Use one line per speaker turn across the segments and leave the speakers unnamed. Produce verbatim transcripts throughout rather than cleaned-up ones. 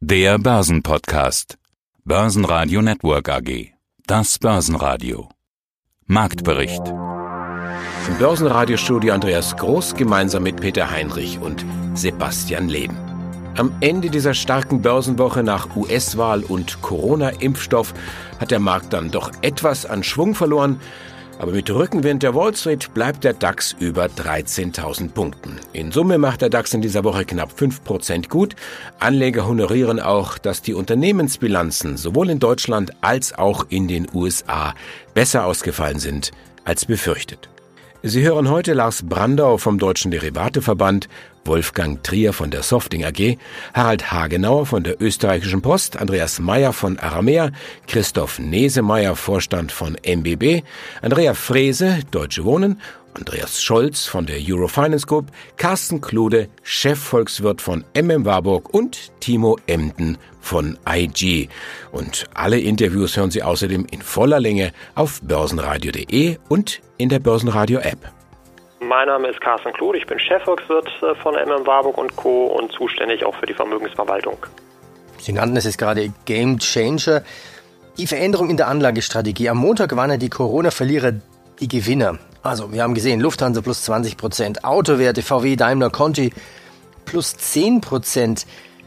Der Börsenpodcast. Börsenradio Network A G. Das Börsenradio. Marktbericht.
Im Börsenradiostudio Andreas Groß gemeinsam mit Peter Heinrich und Sebastian Leben. Am Ende dieser starken Börsenwoche nach U S-Wahl und Corona-Impfstoff hat der Markt dann doch etwas an Schwung verloren. Aber mit Rückenwind der Wall Street bleibt der DAX über dreizehntausend Punkten. In Summe macht der DAX in dieser Woche knapp fünf Prozent gut. Anleger honorieren auch, dass die Unternehmensbilanzen sowohl in Deutschland als auch in den U S A besser ausgefallen sind als befürchtet. Sie hören heute Lars Brandau vom Deutschen Derivateverband, Wolfgang Trier von der Softing A G, Harald Hagenauer von der Österreichischen Post, Andreas Meyer von Aramea, Christoph Nesemeyer, Vorstand von M B B, Andrea Frese, Deutsche Wohnen, Andreas Scholz von der Eurofinance Group, Carsten Klude, Chefvolkswirt von M M Warburg und Timo Emden von I G. Und alle Interviews hören Sie außerdem in voller Länge auf börsenradio punkt de und in der Börsenradio-App.
Mein Name ist Carsten Klude, ich bin Chefvolkswirt von M M Warburg und Co. und zuständig auch für die Vermögensverwaltung.
Sie nannten es jetzt gerade Game Changer. Die Veränderung in der Anlagestrategie. Am Montag waren ja die Corona-Verlierer die Gewinner. Also, wir haben gesehen, Lufthansa plus zwanzig Prozent, Autowerte, V W, Daimler, Conti plus zehn Prozent.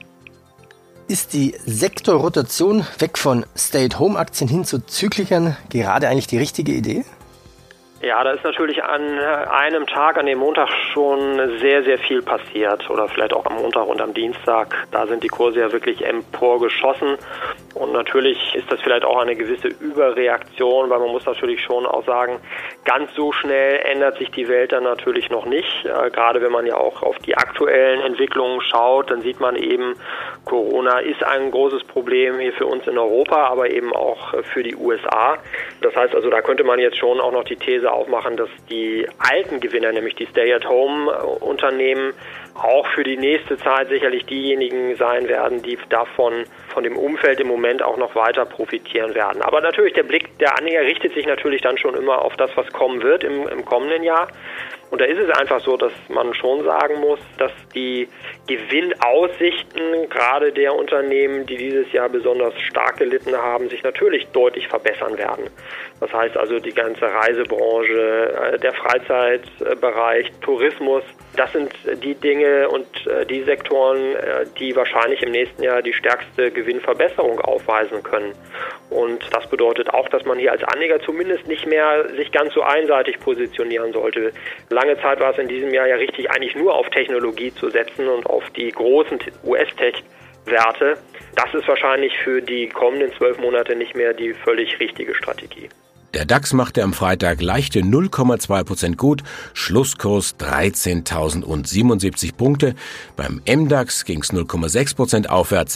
Ist die Sektorrotation weg von Stay-at-Home-Aktien hin zu Zyklern gerade eigentlich die richtige Idee?
Ja, da ist natürlich an einem Tag, an dem Montag schon sehr, sehr viel passiert. Oder vielleicht auch am Montag und am Dienstag. Da sind die Kurse ja wirklich emporgeschossen. Und natürlich ist das vielleicht auch eine gewisse Überreaktion, weil man muss natürlich schon auch sagen, ganz so schnell ändert sich die Welt dann natürlich noch nicht. Äh, gerade wenn man ja auch auf die aktuellen Entwicklungen schaut, dann sieht man eben, Corona ist ein großes Problem hier für uns in Europa, aber eben auch für die U S A. Das heißt also, da könnte man jetzt schon auch noch die These aufmachen, dass die alten Gewinner, nämlich die Stay-at-Home-Unternehmen, auch für die nächste Zeit sicherlich diejenigen sein werden, die davon von dem Umfeld im Moment auch noch weiter profitieren werden. Aber natürlich, der Blick der Anleger richtet sich natürlich dann schon immer auf das, was kommen wird im, im kommenden Jahr. Und da ist es einfach so, dass man schon sagen muss, dass die Gewinnaussichten gerade der Unternehmen, die dieses Jahr besonders stark gelitten haben, sich natürlich deutlich verbessern werden. Das heißt also die ganze Reisebranche, der Freizeitbereich, Tourismus, das sind die Dinge und die Sektoren, die wahrscheinlich im nächsten Jahr die stärkste Gewinnverbesserung aufweisen können. Und das bedeutet auch, dass man hier als Anleger zumindest nicht mehr sich ganz so einseitig positionieren sollte. Lange Zeit war es in diesem Jahr ja richtig, eigentlich nur auf Technologie zu setzen und auf die großen U S-Tech-Werte. Das ist wahrscheinlich für die kommenden zwölf Monate nicht mehr die völlig richtige Strategie.
Der DAX machte am Freitag leichte null Komma zwei Prozent gut, Schlusskurs dreizehntausendsiebenundsiebzig Punkte. Beim M DAX ging es null Komma sechs Prozent aufwärts,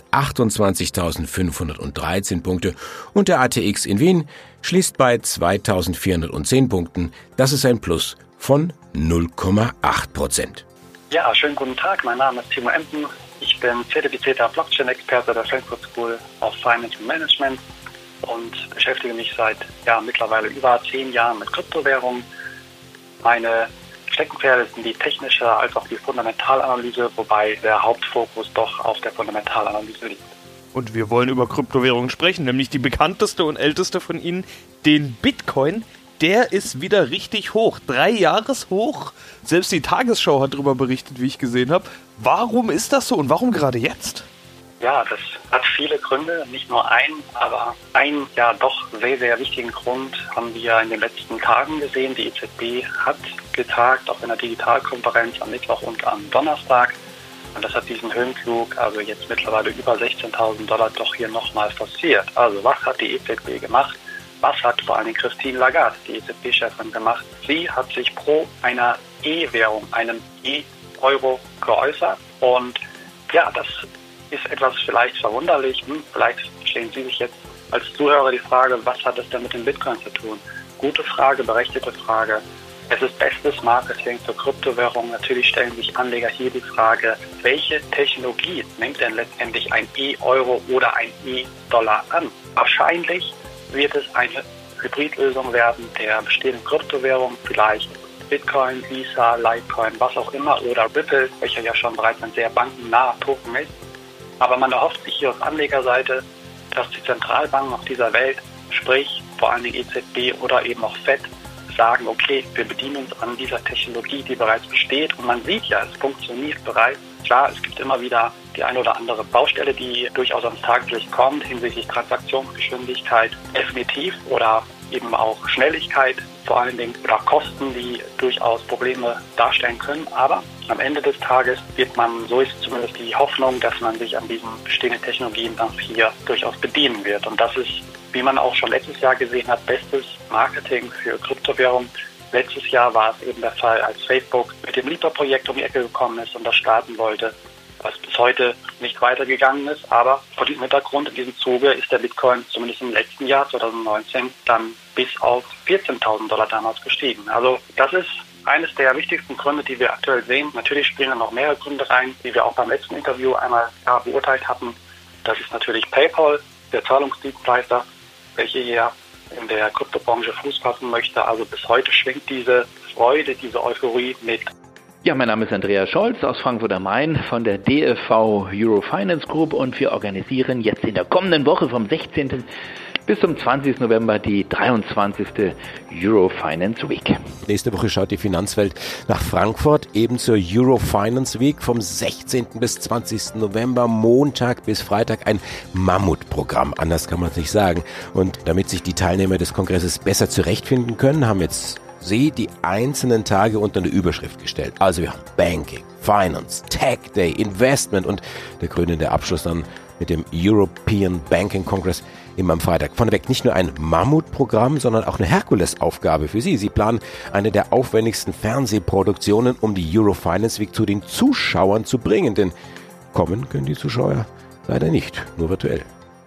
achtundzwanzigtausendfünfhundertdreizehn Punkte. Und der A T X in Wien schließt bei zweitausendvierhundertzehn Punkten. Das ist ein Plus von null Komma acht Prozent.
Ja, schönen guten Tag. Mein Name ist Timo Emden. Ich bin zertifizierter Blockchain-Experte der Frankfurt School of Finance and Management und beschäftige mich seit ja, mittlerweile über zehn Jahren mit Kryptowährungen. Meine Steckenpferde sind die technische als auch die Fundamentalanalyse, wobei der Hauptfokus doch auf der Fundamentalanalyse liegt.
Und wir wollen über Kryptowährungen sprechen, nämlich die bekannteste und älteste von ihnen, den Bitcoin. Der ist wieder richtig hoch, drei Jahreshoch. Selbst die Tagesschau hat darüber berichtet, wie ich gesehen habe. Warum ist das so und warum gerade jetzt?
Ja, das hat viele Gründe, nicht nur einen, aber einen ja doch sehr, sehr wichtigen Grund haben wir in den letzten Tagen gesehen. Die E Z B hat getagt, auch in der Digitalkonferenz am Mittwoch und am Donnerstag. Und das hat diesen Höhenflug, also jetzt mittlerweile über sechzehntausend Dollar, doch hier nochmal forciert. Also was hat die E Z B gemacht? Was hat vor allem Christine Lagarde, die E Z B-Chefin, gemacht? Sie hat sich pro einer E-Währung, einem E-Euro geäußert. Und ja, das ist etwas vielleicht verwunderlich. Hm, vielleicht stellen Sie sich jetzt als Zuhörer die Frage, was hat das denn mit dem Bitcoin zu tun? Gute Frage, berechtigte Frage. Es ist bestes Marketing zur Kryptowährung. Natürlich stellen sich Anleger hier die Frage, welche Technologie nimmt denn letztendlich ein E-Euro oder ein E-Dollar an? Wahrscheinlich wird es eine Hybridlösung werden der bestehenden Kryptowährung, vielleicht Bitcoin, Visa, Litecoin, was auch immer, oder Ripple, welcher ja schon bereits ein sehr bankennaher Token ist. Aber man erhofft sich hier auf Anlegerseite, dass die Zentralbanken auf dieser Welt, sprich vor allem die E Z B oder eben auch Fed, sagen, okay, wir bedienen uns an dieser Technologie, die bereits besteht. Und man sieht ja, es funktioniert bereits. Klar, es gibt immer wieder die eine oder andere Baustelle, die durchaus ans Tageslicht kommt hinsichtlich Transaktionsgeschwindigkeit, definitiv, oder eben auch Schnelligkeit, vor allen Dingen, oder Kosten, die durchaus Probleme darstellen können. Aber am Ende des Tages wird man, so ist zumindest die Hoffnung, dass man sich an diesen bestehenden Technologien dann hier durchaus bedienen wird. Und das ist, wie man auch schon letztes Jahr gesehen hat, bestes Marketing für Kryptowährung. Letztes Jahr war es eben der Fall, als Facebook mit dem Libra-Projekt um die Ecke gekommen ist und das starten wollte, was bis heute nicht weitergegangen ist. Aber vor diesem Hintergrund, in diesem Zuge, ist der Bitcoin zumindest im letzten Jahr, zwanzig neunzehn, dann bis auf vierzehntausend Dollar damals gestiegen. Also das ist eines der wichtigsten Gründe, die wir aktuell sehen. Natürlich spielen da noch mehrere Gründe rein, die wir auch beim letzten Interview einmal ja, beurteilt hatten. Das ist natürlich PayPal, der Zahlungsdienstleister, welche hier in der Kryptobranche Fuß fassen möchte. Also bis heute schwingt diese Freude, diese Euphorie mit.
Ja, mein Name ist Andreas Scholz aus Frankfurt am Main von der D F V Eurofinance Group und wir organisieren jetzt in der kommenden Woche vom sechzehnten bis zum zwanzigsten November die dreiundzwanzigste Eurofinance Week.
Nächste Woche schaut die Finanzwelt nach Frankfurt, eben zur Eurofinance Week vom sechzehnten bis zwanzigsten November, Montag bis Freitag, ein Mammutprogramm, anders kann man es nicht sagen. Und damit sich die Teilnehmer des Kongresses besser zurechtfinden können, haben jetzt Sie die einzelnen Tage unter eine Überschrift gestellt. Also wir haben Banking, Finance, Tech Day, Investment und der krönende Abschluss dann mit dem European Banking Congress immer am Freitag. Vorneweg nicht nur ein Mammutprogramm, sondern auch eine Herkulesaufgabe für Sie. Sie planen eine der aufwendigsten Fernsehproduktionen, um die Eurofinance Week zu den Zuschauern zu bringen. Denn kommen können die Zuschauer leider nicht, nur virtuell.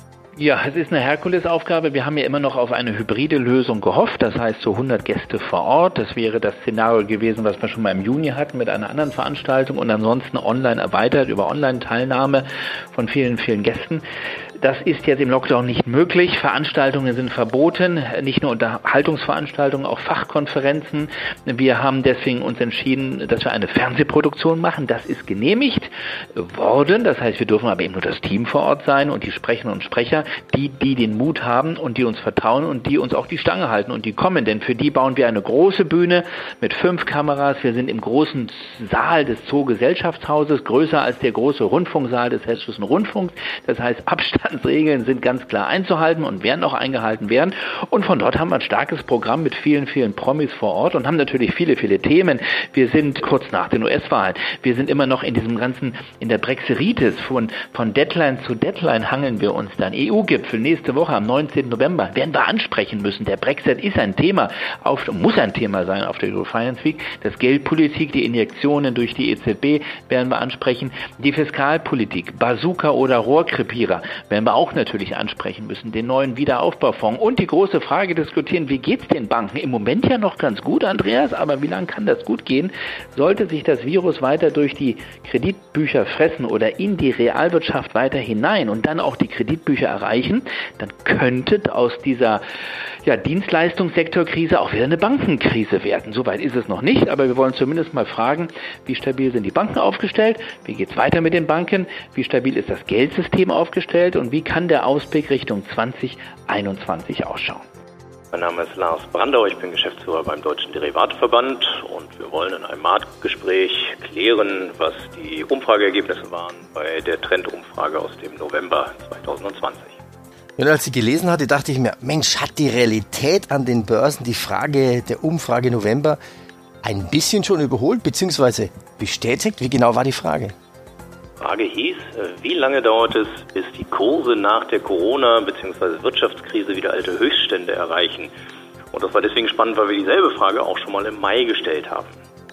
Ja, es ist eine Herkulesaufgabe. Wir haben ja immer noch auf eine hybride Lösung gehofft. Das heißt, so hundert Gäste vor Ort. Das wäre das Szenario gewesen, was wir schon mal im Juni hatten mit einer anderen Veranstaltung und ansonsten online erweitert über Online-Teilnahme von vielen, vielen Gästen. Das ist jetzt im Lockdown nicht möglich. Veranstaltungen sind verboten, nicht nur Unterhaltungsveranstaltungen, auch Fachkonferenzen. Wir haben deswegen uns entschieden, dass wir eine Fernsehproduktion machen. Das ist genehmigt worden. Das heißt, wir dürfen aber eben nur das Team vor Ort sein und die Sprecherinnen und Sprecher, die, die den Mut haben und die uns vertrauen und die uns auch die Stange halten und die kommen. Denn für die bauen wir eine große Bühne mit fünf Kameras. Wir sind im großen Saal des Zoo-Gesellschaftshauses, größer als der große Rundfunksaal des Hessischen Rundfunks. Das heißt, Abstand Regeln sind ganz klar einzuhalten und werden auch eingehalten werden. Und von dort haben wir ein starkes Programm mit vielen, vielen Promis vor Ort und haben natürlich viele, viele Themen. Wir sind kurz nach den U S-Wahlen. Wir sind immer noch in diesem ganzen, in der Brexeritis. Von, von Deadline zu Deadline hangeln wir uns dann. E U-Gipfel nächste Woche am neunzehnten November werden wir ansprechen müssen. Der Brexit ist ein Thema, auf, muss ein Thema sein auf der Eurofinance Week. Das Geldpolitik, die Injektionen durch die E Z B werden wir ansprechen. Die Fiskalpolitik, Bazooka oder Rohrkrepierer werden wir auch natürlich ansprechen müssen, den neuen Wiederaufbaufonds und die große Frage diskutieren, wie geht's den Banken? Im Moment ja noch ganz gut, Andreas, aber wie lange kann das gut gehen? Sollte sich das Virus weiter durch die Kreditbücher fressen oder in die Realwirtschaft weiter hinein und dann auch die Kreditbücher erreichen, dann könnte aus dieser ja, Dienstleistungssektorkrise auch wieder eine Bankenkrise werden. Soweit ist es noch nicht, aber wir wollen zumindest mal fragen, wie stabil sind die Banken aufgestellt? Wie geht's weiter mit den Banken? Wie stabil ist das Geldsystem aufgestellt? Und wie kann der Ausblick Richtung zwanzig einundzwanzig ausschauen?
Mein Name ist Lars Brandau, ich bin Geschäftsführer beim Deutschen Derivateverband und wir wollen in einem Marktgespräch klären, was die Umfrageergebnisse waren bei der Trendumfrage aus dem November zwanzig zwanzig.
Und als ich gelesen hatte, dachte ich mir, Mensch, hat die Realität an den Börsen die Frage der Umfrage November ein bisschen schon überholt bzw. bestätigt? Wie genau war die Frage?
Die Frage hieß, wie lange dauert es, bis die Kurse nach der Corona- bzw. Wirtschaftskrise wieder alte Höchststände erreichen? Und das war deswegen spannend, weil wir dieselbe Frage auch schon mal im Mai gestellt haben.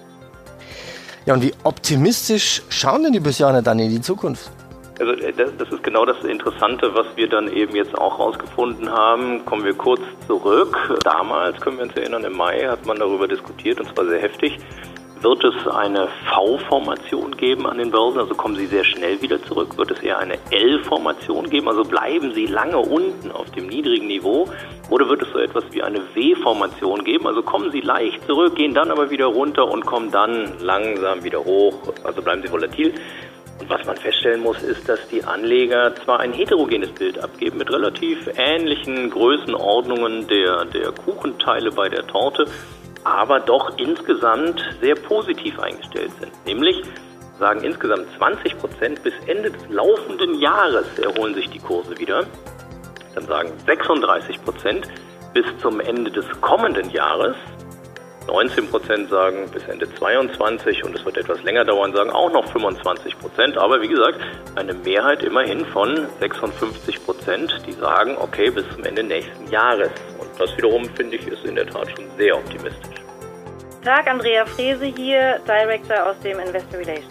Ja, und wie optimistisch schauen denn die Börsianer dann in die Zukunft?
Also das ist genau das Interessante, was wir dann eben jetzt auch rausgefunden haben. Kommen wir kurz zurück. Damals, können wir uns erinnern, im Mai hat man darüber diskutiert, und zwar sehr heftig. Wird es eine V-Formation geben an den Börsen, also kommen sie sehr schnell wieder zurück? Wird es eher eine L-Formation geben, also bleiben sie lange unten auf dem niedrigen Niveau? Oder wird es so etwas wie eine W-Formation geben, also kommen sie leicht zurück, gehen dann aber wieder runter und kommen dann langsam wieder hoch, also bleiben sie volatil? Und was man feststellen muss, ist, dass die Anleger zwar ein heterogenes Bild abgeben mit relativ ähnlichen Größenordnungen der, der Kuchenteile bei der Torte, aber doch insgesamt sehr positiv eingestellt sind. Nämlich sagen insgesamt zwanzig Prozent bis Ende des laufenden Jahres erholen sich die Kurse wieder. Dann sagen sechsunddreißig Prozent bis zum Ende des kommenden Jahres. neunzehn Prozent sagen bis Ende zweiundzwanzig und es wird etwas länger dauern, sagen auch noch fünfundzwanzig Prozent. Aber wie gesagt, eine Mehrheit immerhin von sechsundfünfzig Prozent, die sagen, okay, bis zum Ende nächsten Jahres. Und das wiederum, finde ich, ist in der Tat schon sehr optimistisch.
Tag, Andrea Frese hier, Director aus dem Investor Relations.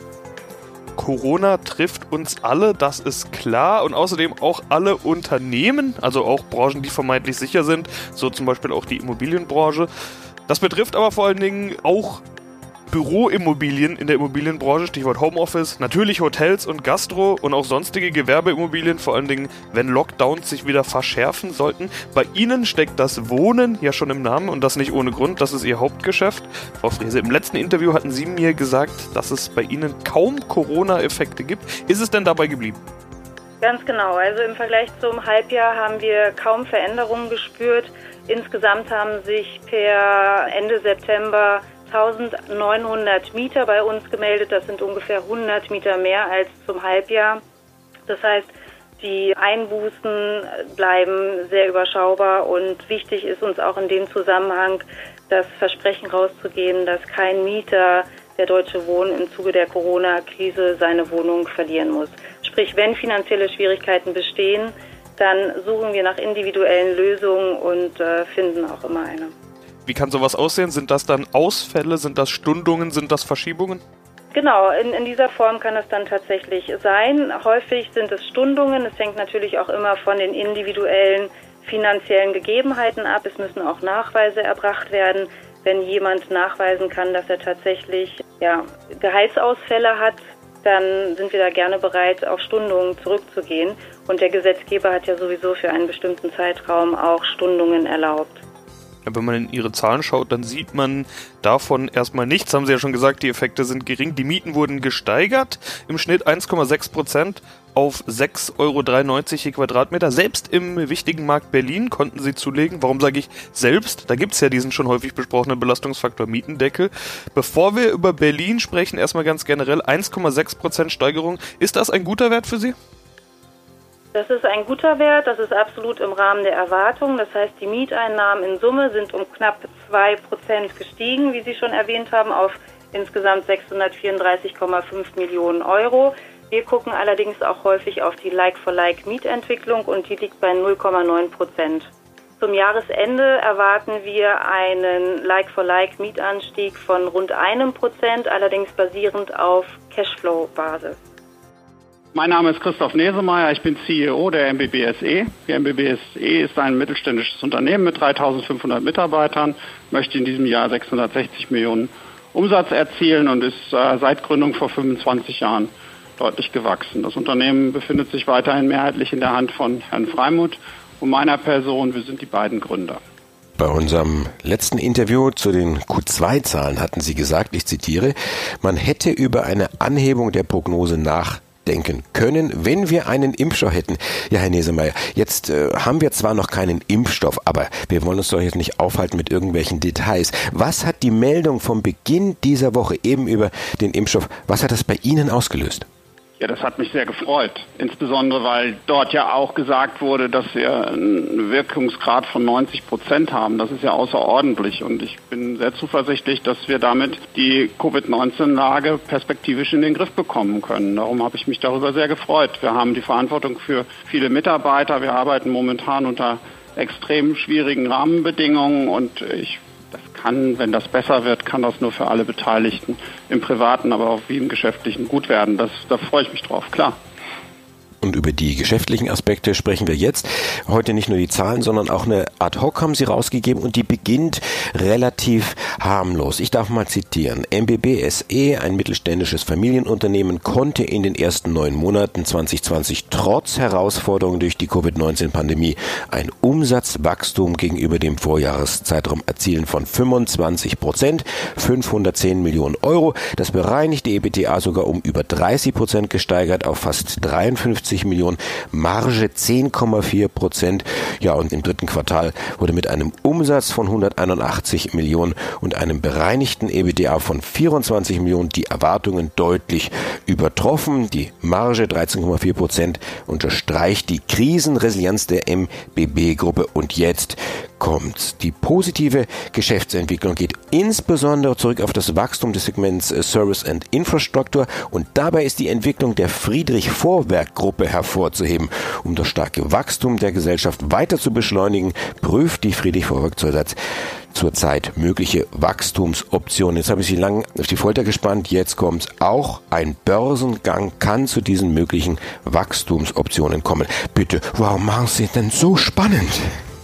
Corona trifft uns alle, das ist klar, und außerdem auch alle Unternehmen, also auch Branchen, die vermeintlich sicher sind, so zum Beispiel auch die Immobilienbranche. Das betrifft aber vor allen Dingen auch Büroimmobilien in der Immobilienbranche, Stichwort Homeoffice, natürlich Hotels und Gastro und auch sonstige Gewerbeimmobilien, vor allen Dingen, wenn Lockdowns sich wieder verschärfen sollten. Bei Ihnen steckt das Wohnen ja schon im Namen und das nicht ohne Grund, das ist Ihr Hauptgeschäft. Frau Frese, im letzten Interview hatten Sie mir gesagt, dass es bei Ihnen kaum Corona-Effekte gibt. Ist es denn dabei geblieben?
Ganz genau, also im Vergleich zum Halbjahr haben wir kaum Veränderungen gespürt. Insgesamt haben sich per Ende September eintausendneunhundert Mieter bei uns gemeldet. Das sind ungefähr hundert Mieter mehr als zum Halbjahr. Das heißt, die Einbußen bleiben sehr überschaubar und wichtig ist uns auch in dem Zusammenhang das Versprechen rauszugeben, dass kein Mieter der Deutsche Wohnen im Zuge der Corona-Krise seine Wohnung verlieren muss. Sprich, wenn finanzielle Schwierigkeiten bestehen, dann suchen wir nach individuellen Lösungen und äh, finden auch immer eine.
Wie kann sowas aussehen? Sind das dann Ausfälle? Sind das Stundungen? Sind das Verschiebungen?
Genau, in, in dieser Form kann es dann tatsächlich sein. Häufig sind es Stundungen. Es hängt natürlich auch immer von den individuellen finanziellen Gegebenheiten ab. Es müssen auch Nachweise erbracht werden. Wenn jemand nachweisen kann, dass er tatsächlich ja, Gehaltsausfälle hat, dann sind wir da gerne bereit, auf Stundungen zurückzugehen. Und der Gesetzgeber hat ja sowieso für einen bestimmten Zeitraum auch Stundungen erlaubt.
Wenn man in Ihre Zahlen schaut, dann sieht man davon erstmal nichts. Haben Sie ja schon gesagt, die Effekte sind gering. Die Mieten wurden gesteigert, im Schnitt eins Komma sechs Prozent auf sechs Euro dreiundneunzig je Quadratmeter. Selbst im wichtigen Markt Berlin konnten Sie zulegen. Warum sage ich selbst? Da gibt es ja diesen schon häufig besprochenen Belastungsfaktor Mietendeckel. Bevor wir über Berlin sprechen, erstmal ganz generell eins Komma sechs Prozent Steigerung. Ist das ein guter Wert für Sie?
Das ist ein guter Wert, das ist absolut im Rahmen der Erwartungen. Das heißt, die Mieteinnahmen in Summe sind um knapp zwei Prozent gestiegen, wie Sie schon erwähnt haben, auf insgesamt sechshundertvierunddreißig Komma fünf Millionen Euro. Wir gucken allerdings auch häufig auf die Like-for-Like-Mietentwicklung und die liegt bei null Komma neun Prozent. Zum Jahresende erwarten wir einen Like-for-Like-Mietanstieg von rund einem Prozent, allerdings basierend auf Cashflow-Basis.
Mein Name ist Christoph Nesemeyer, ich bin C E O der M B B S E. Die M B B S E ist ein mittelständisches Unternehmen mit dreitausendfünfhundert Mitarbeitern, möchte in diesem Jahr sechshundertsechzig Millionen Umsatz erzielen und ist äh, seit Gründung vor fünfundzwanzig Jahren deutlich gewachsen. Das Unternehmen befindet sich weiterhin mehrheitlich in der Hand von Herrn Freimuth und meiner Person. Wir sind die beiden Gründer.
Bei unserem letzten Interview zu den Q zwei Zahlen hatten Sie gesagt, ich zitiere, man hätte über eine Anhebung der Prognose nach denken können, wenn wir einen Impfstoff hätten. Ja, Herr Nesemeyer, jetzt äh, haben wir zwar noch keinen Impfstoff, aber wir wollen uns doch jetzt nicht aufhalten mit irgendwelchen Details. Was hat die Meldung vom Beginn dieser Woche eben über den Impfstoff, was hat das bei Ihnen ausgelöst?
Ja, das hat mich sehr gefreut, insbesondere weil dort ja auch gesagt wurde, dass wir einen Wirkungsgrad von neunzig Prozent haben. Das ist ja außerordentlich und ich bin sehr zuversichtlich, dass wir damit die Covid neunzehn Lage perspektivisch in den Griff bekommen können. Darum habe ich mich darüber sehr gefreut. Wir haben die Verantwortung für viele Mitarbeiter. Wir arbeiten momentan unter extrem schwierigen Rahmenbedingungen und ich Das kann, wenn das besser wird, kann das nur für alle Beteiligten im Privaten, aber auch wie im Geschäftlichen gut werden. Das, da freue ich mich drauf, klar.
Und über die geschäftlichen Aspekte sprechen wir jetzt. Heute nicht nur die Zahlen, sondern auch eine Ad-Hoc haben Sie rausgegeben und die beginnt relativ harmlos. Ich darf mal zitieren. M B B S E, ein mittelständisches Familienunternehmen, konnte in den ersten neun Monaten zwanzig zwanzig trotz Herausforderungen durch die Covid neunzehn Pandemie ein Umsatzwachstum gegenüber dem Vorjahreszeitraum erzielen von fünfundzwanzig Prozent, fünfhundertzehn Millionen Euro. Das bereinigte E B T A sogar um über dreißig Prozent gesteigert auf fast dreiundfünfzig Millionen, Marge zehn Komma vier Prozent. Ja, und im dritten Quartal wurde mit einem Umsatz von hunderteinundachtzig Millionen und einem bereinigten E B T A von vierundzwanzig Millionen die Erwartungen deutlich übertroffen. Die Marge dreizehn Komma vier Prozent unterstreicht die Krisenresilienz der M B B-Gruppe. Und jetzt kommt. Die positive Geschäftsentwicklung geht insbesondere zurück auf das Wachstum des Segments Service and Infrastructure und dabei ist die Entwicklung der Friedrich-Vorwerk-Gruppe hervorzuheben. Um das starke Wachstum der Gesellschaft weiter zu beschleunigen, prüft die Friedrich-Vorwerk zurzeit zurzeit mögliche Wachstumsoptionen. Jetzt habe ich Sie lange auf die Folter gespannt. Jetzt kommt auch ein Börsengang kann zu diesen möglichen Wachstumsoptionen kommen. Bitte, warum machen Sie denn so spannend?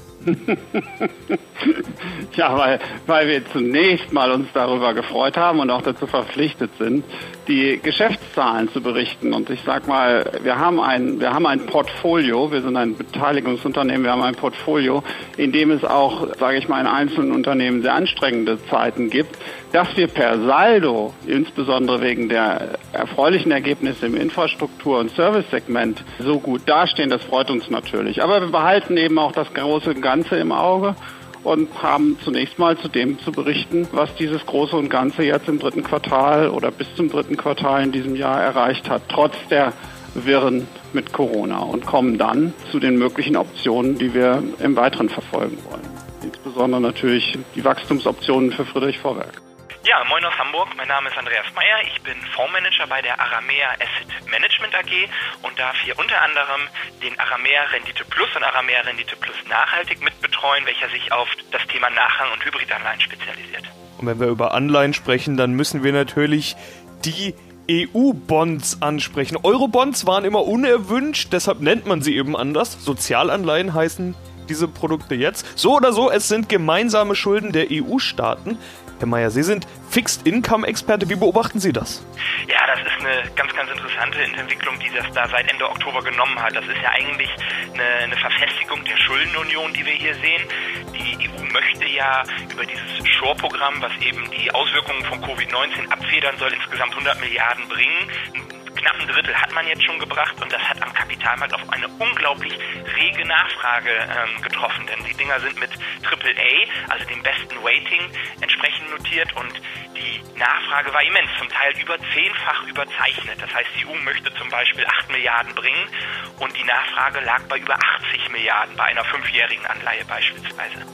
Ja, weil, weil wir zunächst mal uns darüber gefreut haben und auch dazu verpflichtet sind, die Geschäftszahlen zu berichten. Und ich sag mal, wir haben ein, wir haben ein Portfolio, wir sind ein Beteiligungsunternehmen, wir haben ein Portfolio, in dem es auch, sage ich mal, in einzelnen Unternehmen sehr anstrengende Zeiten gibt, dass wir per Saldo, insbesondere wegen der erfreulichen Ergebnisse im Infrastruktur- und Service-Segment, so gut dastehen, das freut uns natürlich. Aber wir behalten eben auch das große Ganze im Auge und haben zunächst mal zu dem zu berichten, was dieses Große und Ganze jetzt im dritten Quartal oder bis zum dritten Quartal in diesem Jahr erreicht hat, trotz der Wirren mit Corona, und kommen dann zu den möglichen Optionen, die wir im Weiteren verfolgen wollen. Insbesondere natürlich die Wachstumsoptionen für Friedrich Vorwerk.
Ja, moin aus Hamburg, mein Name ist Andreas Meyer, ich bin Fondsmanager bei der Aramea Asset Management A G und darf hier unter anderem den Aramea Rendite Plus und Aramea Rendite Plus Nachhaltig mitbetreuen, welcher sich auf das Thema Nachrang- und Hybridanleihen spezialisiert.
Und wenn wir über Anleihen sprechen, dann müssen wir natürlich die E U-Bonds ansprechen. Euro-Bonds waren immer unerwünscht, deshalb nennt man sie eben anders. Sozialanleihen heißen diese Produkte jetzt. So oder so, es sind gemeinsame Schulden der E U-Staaten. Herr Meyer, Sie sind Fixed-Income-Experte. Wie beobachten Sie das?
Ja, das ist eine ganz, ganz interessante Entwicklung, die das da seit Ende Oktober genommen hat. Das ist ja eigentlich eine, eine Verfestigung der Schuldenunion, die wir hier sehen. Die E U möchte ja über dieses Shore-Programm, was eben die Auswirkungen von Covid neunzehn abfedern soll, insgesamt hundert Milliarden bringen. Knapp ein Drittel hat man jetzt schon gebracht und das hat am Kapitalmarkt auf eine unglaublich rege Nachfrage ähm, getroffen, denn die Dinger sind mit Triple A, also dem besten Rating, entsprechend notiert und die Nachfrage war immens, zum Teil über zehnfach überzeichnet. Das heißt, die E U möchte zum Beispiel acht Milliarden bringen und die Nachfrage lag bei über achtzig Milliarden bei einer fünfjährigen Anleihe beispielsweise.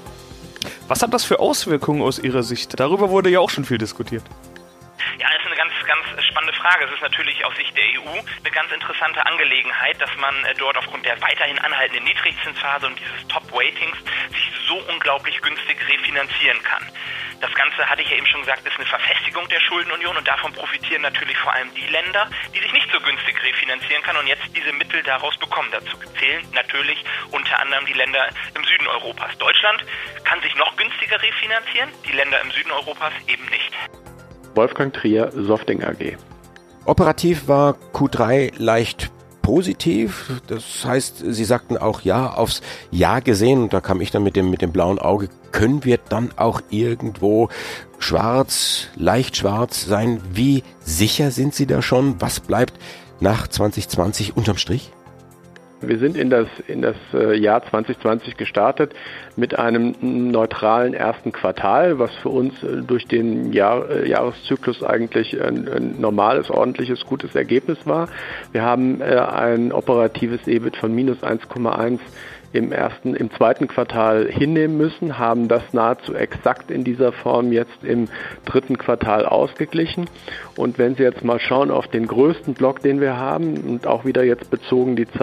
Was hat das für Auswirkungen aus Ihrer Sicht? Darüber wurde ja auch schon viel diskutiert.
Ja, das ist eine ganz, ganz spannende Frage. Es ist natürlich aus Sicht der E U eine ganz interessante Angelegenheit, dass man dort aufgrund der weiterhin anhaltenden Niedrigzinsphase und dieses Top-Ratings sich so unglaublich günstig refinanzieren kann. Das Ganze, hatte ich ja eben schon gesagt, ist eine Verfestigung der Schuldenunion und davon profitieren natürlich vor allem die Länder, die sich nicht so günstig refinanzieren können und jetzt diese Mittel daraus bekommen. Dazu zählen natürlich unter anderem die Länder im Süden Europas. Deutschland kann sich noch günstiger refinanzieren, die Länder im Süden Europas eben nicht.
Wolfgang Trier, Softing A G.
Operativ war Q drei leicht positiv. Das heißt, Sie sagten auch ja aufs Jahr gesehen. Und da kam ich dann mit dem, mit dem blauen Auge. Können wir dann auch irgendwo schwarz, leicht schwarz sein? Wie sicher sind Sie da schon? Was bleibt nach zwanzig zwanzig unterm Strich?
Wir sind in das, in das Jahr zwanzig zwanzig gestartet mit einem neutralen ersten Quartal, was für uns durch den Jahr, Jahreszyklus eigentlich ein, ein normales, ordentliches, gutes Ergebnis war. Wir haben ein operatives E B I T von minus eins Komma eins im ersten, im zweiten Quartal hinnehmen müssen, haben das nahezu exakt in dieser Form jetzt im dritten Quartal ausgeglichen. Und wenn Sie jetzt mal schauen auf den größten Block, den wir haben und auch wieder jetzt bezogen die Zahlen auf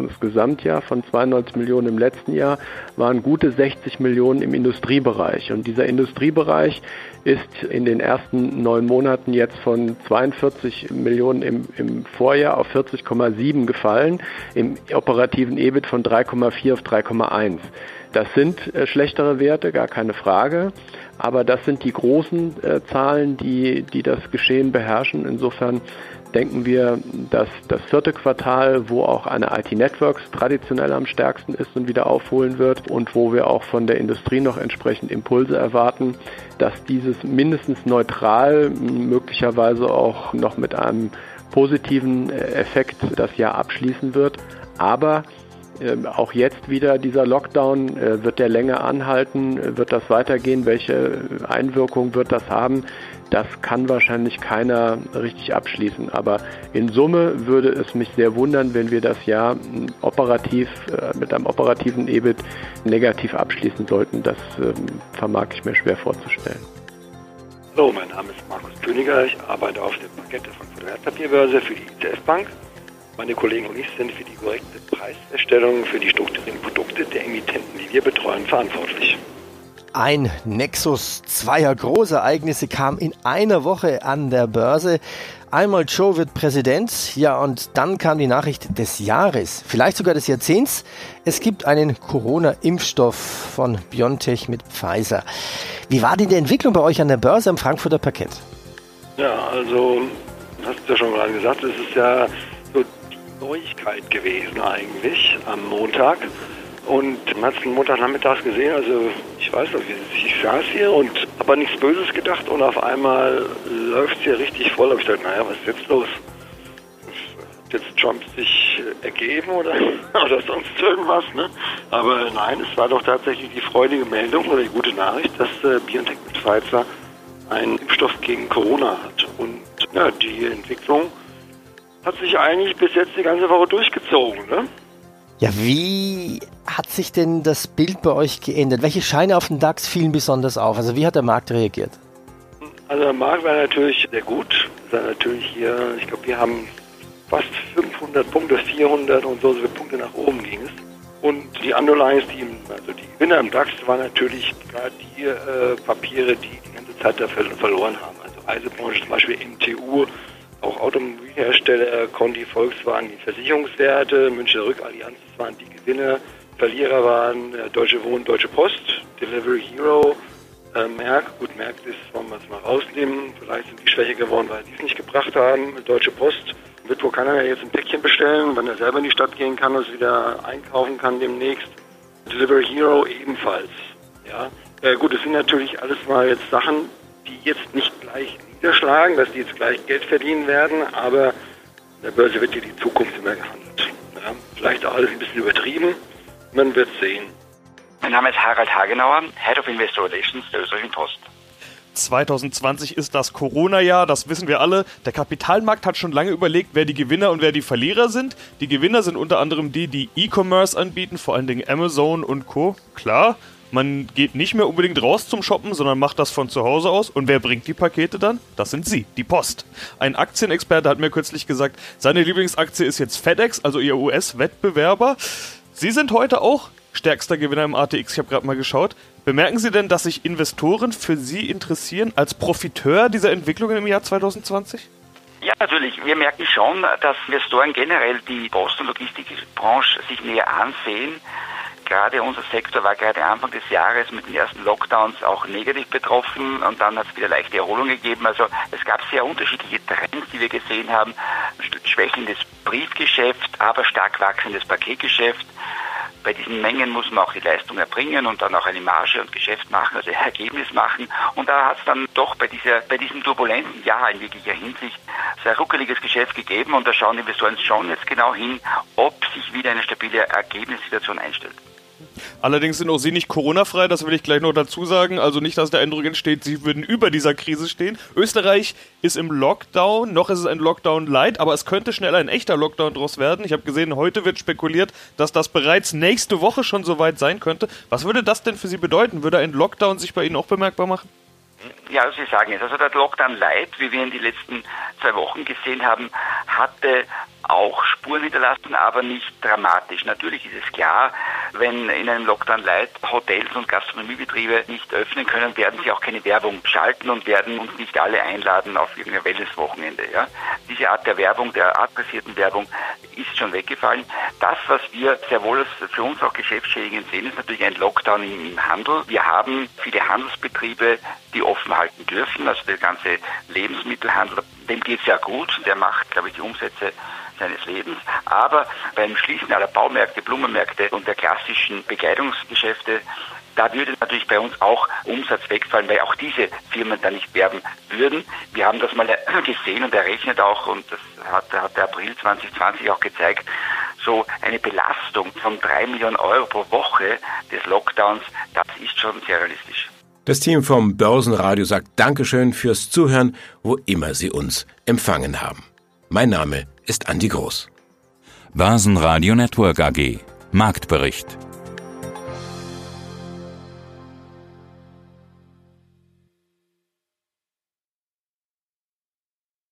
das Gesamtjahr von zweiundneunzig Millionen im letzten Jahr waren gute sechzig Millionen im Industriebereich. Und dieser Industriebereich ist in den ersten neun Monaten jetzt von zweiundvierzig Millionen im, im Vorjahr auf vierzig Komma sieben gefallen, im operativen E B I T von drei Komma vier auf drei Komma eins. Das sind äh, schlechtere Werte, gar keine Frage, aber das sind die großen äh, Zahlen, die, die das Geschehen beherrschen. Insofern denken wir, dass das vierte Quartal, wo auch eine I T Networks traditionell am stärksten ist und wieder aufholen wird und wo wir auch von der Industrie noch entsprechend Impulse erwarten, dass dieses mindestens neutral, möglicherweise auch noch mit einem positiven Effekt das Jahr abschließen wird. Aber äh, auch jetzt wieder dieser Lockdown, äh, wird der länger anhalten, äh, wird das weitergehen, welche Einwirkung wird das haben? Das kann wahrscheinlich keiner richtig abschließen. Aber in Summe würde es mich sehr wundern, wenn wir das Jahr operativ äh, mit einem operativen E B I T negativ abschließen sollten. Das ähm, vermag ich mir schwer vorzustellen.
Hallo, mein Name ist Markus Königer. Ich arbeite auf der Plakette von der Wertpapierbörse für die I C F Bank. Meine Kollegen und ich sind für die korrekte Preisfeststellung für die strukturierten Produkte der Emittenten, die wir betreuen, verantwortlich.
Ein Nexus zweier Großereignisse kam in einer Woche an der Börse. Einmal Joe wird Präsident, ja, und dann kam die Nachricht des Jahres, vielleicht sogar des Jahrzehnts. Es gibt einen Corona-Impfstoff von BioNTech mit Pfizer. Wie war denn die Entwicklung bei euch an der Börse am Frankfurter Parkett?
Ja, also, du hast es ja schon gerade gesagt, es ist ja so die Neuigkeit gewesen eigentlich am Montag. Und man hat es Montagnachmittags gesehen, also ich weiß noch, ich saß hier und habe an nichts Böses gedacht und auf einmal läuft es hier richtig voll. Da habe ich gedacht, naja, was ist jetzt los? Hat jetzt Trump sich ergeben oder, oder sonst irgendwas, ne? Aber nein, es war doch tatsächlich die freudige Meldung oder die gute Nachricht, dass äh, BioNTech mit Pfizer einen Impfstoff gegen Corona hat. Und ja, die Entwicklung hat sich eigentlich bis jetzt die ganze Woche durchgezogen, ne?
Ja, wie hat sich denn das Bild bei euch geändert? Welche Scheine auf den DAX fielen besonders auf? Also wie hat der Markt reagiert?
Also der Markt war natürlich sehr gut. War natürlich hier, ich glaube, wir haben fast fünfhundert Punkte, vierhundert und so, so viele Punkte nach oben ging es. Und die Underlines, die, also die Gewinner im DAX, waren natürlich gerade die äh, Papiere, die die ganze Zeit dafür verloren haben. Also Reisebranche zum Beispiel, M T U, auch Automobilhersteller, Conti, Volkswagen, die Versicherungswerte, Münchner Rück, Allianz waren die Gewinner. Verlierer waren äh, Deutsche Wohnen, Deutsche Post, Delivery Hero, äh, Merck. Gut, Merck ist, wollen wir es mal rausnehmen. Vielleicht sind die schwächer geworden, weil die es nicht gebracht haben. Deutsche Post wird wohl keiner mehr jetzt ein Päckchen bestellen, wenn er selber in die Stadt gehen kann und es wieder einkaufen kann demnächst. Delivery Hero ebenfalls. Ja, äh, gut, es sind natürlich alles mal jetzt Sachen, die jetzt nicht gleich niederschlagen, dass die jetzt gleich Geld verdienen werden, aber in der Börse wird hier die Zukunft immer gehandelt. Ja, vielleicht auch alles ein bisschen übertrieben, man wird sehen.
Mein Name ist Harald Hagenauer, Head of Investor Relations der Österreichischen Post.
zwanzig zwanzig ist das Corona-Jahr, das wissen wir alle. Der Kapitalmarkt hat schon lange überlegt, wer die Gewinner und wer die Verlierer sind. Die Gewinner sind unter anderem die, die E-Commerce anbieten, vor allen Dingen Amazon und Co. Klar, man geht nicht mehr unbedingt raus zum Shoppen, sondern macht das von zu Hause aus. Und wer bringt die Pakete dann? Das sind Sie, die Post. Ein Aktienexperte hat mir kürzlich gesagt, seine Lieblingsaktie ist jetzt FedEx, also Ihr U S-Wettbewerber. Sie sind heute auch stärkster Gewinner im A T X, ich habe gerade mal geschaut. Bemerken Sie denn, dass sich Investoren für Sie interessieren als Profiteur dieser Entwicklungen im Jahr zwanzig zwanzig?
Ja, natürlich. Wir merken schon, dass Investoren generell die Post- und Logistikbranche sich näher ansehen. Gerade unser Sektor war gerade Anfang des Jahres mit den ersten Lockdowns auch negativ betroffen und dann hat es wieder leichte Erholung gegeben. Also es gab sehr unterschiedliche Trends, die wir gesehen haben. Schwächendes Briefgeschäft, aber stark wachsendes Paketgeschäft. Bei diesen Mengen muss man auch die Leistung erbringen und dann auch eine Marge und Geschäft machen, also Ergebnis machen. Und da hat es dann doch bei dieser, bei diesem turbulenten Jahr in jeglicher Hinsicht sehr ruckeliges Geschäft gegeben und da schauen Investoren schon jetzt genau hin, ob sich wieder eine stabile Ergebnissituation einstellt.
Allerdings sind auch Sie nicht Corona-frei, das will ich gleich noch dazu sagen. Also nicht, dass der Eindruck entsteht, Sie würden über dieser Krise stehen. Österreich ist im Lockdown, noch ist es ein Lockdown-Light, aber es könnte schnell ein echter Lockdown draus werden. Ich habe gesehen, heute wird spekuliert, dass das bereits nächste Woche schon soweit sein könnte. Was würde das denn für Sie bedeuten? Würde ein Lockdown sich bei Ihnen auch bemerkbar machen?
Ja, Sie sagen es. Also der Lockdown Light, wie wir in den letzten zwei Wochen gesehen haben, hatte auch Spuren hinterlassen, aber nicht dramatisch. Natürlich ist es klar, wenn in einem Lockdown Light Hotels und Gastronomiebetriebe nicht öffnen können, werden sie auch keine Werbung schalten und werden uns nicht alle einladen auf irgendein Wellnesswochenende. Ja? Diese Art der Werbung, der adressierten Werbung, ist schon weggefallen. Das, was wir sehr wohl als für uns auch geschäftsschädigend sehen, ist natürlich ein Lockdown im, im Handel. Wir haben viele Handelsbetriebe, die offen halten dürfen. Also der ganze Lebensmittelhandel, dem geht es ja gut. Der macht, glaube ich, die Umsätze seines Lebens. Aber beim Schließen aller Baumärkte, Blumenmärkte und der klassischen Bekleidungsgeschäfte, da würde natürlich bei uns auch Umsatz wegfallen, weil auch diese Firmen da nicht werben würden. Wir haben das mal gesehen und errechnet auch, und das hat, hat der April zwanzig zwanzig auch gezeigt, so eine Belastung von drei Millionen Euro pro Woche des Lockdowns, das ist schon sehr realistisch.
Das Team vom Börsenradio sagt Dankeschön fürs Zuhören, wo immer Sie uns empfangen haben. Mein Name ist Andi Groß.
Börsenradio Network A G. Marktbericht.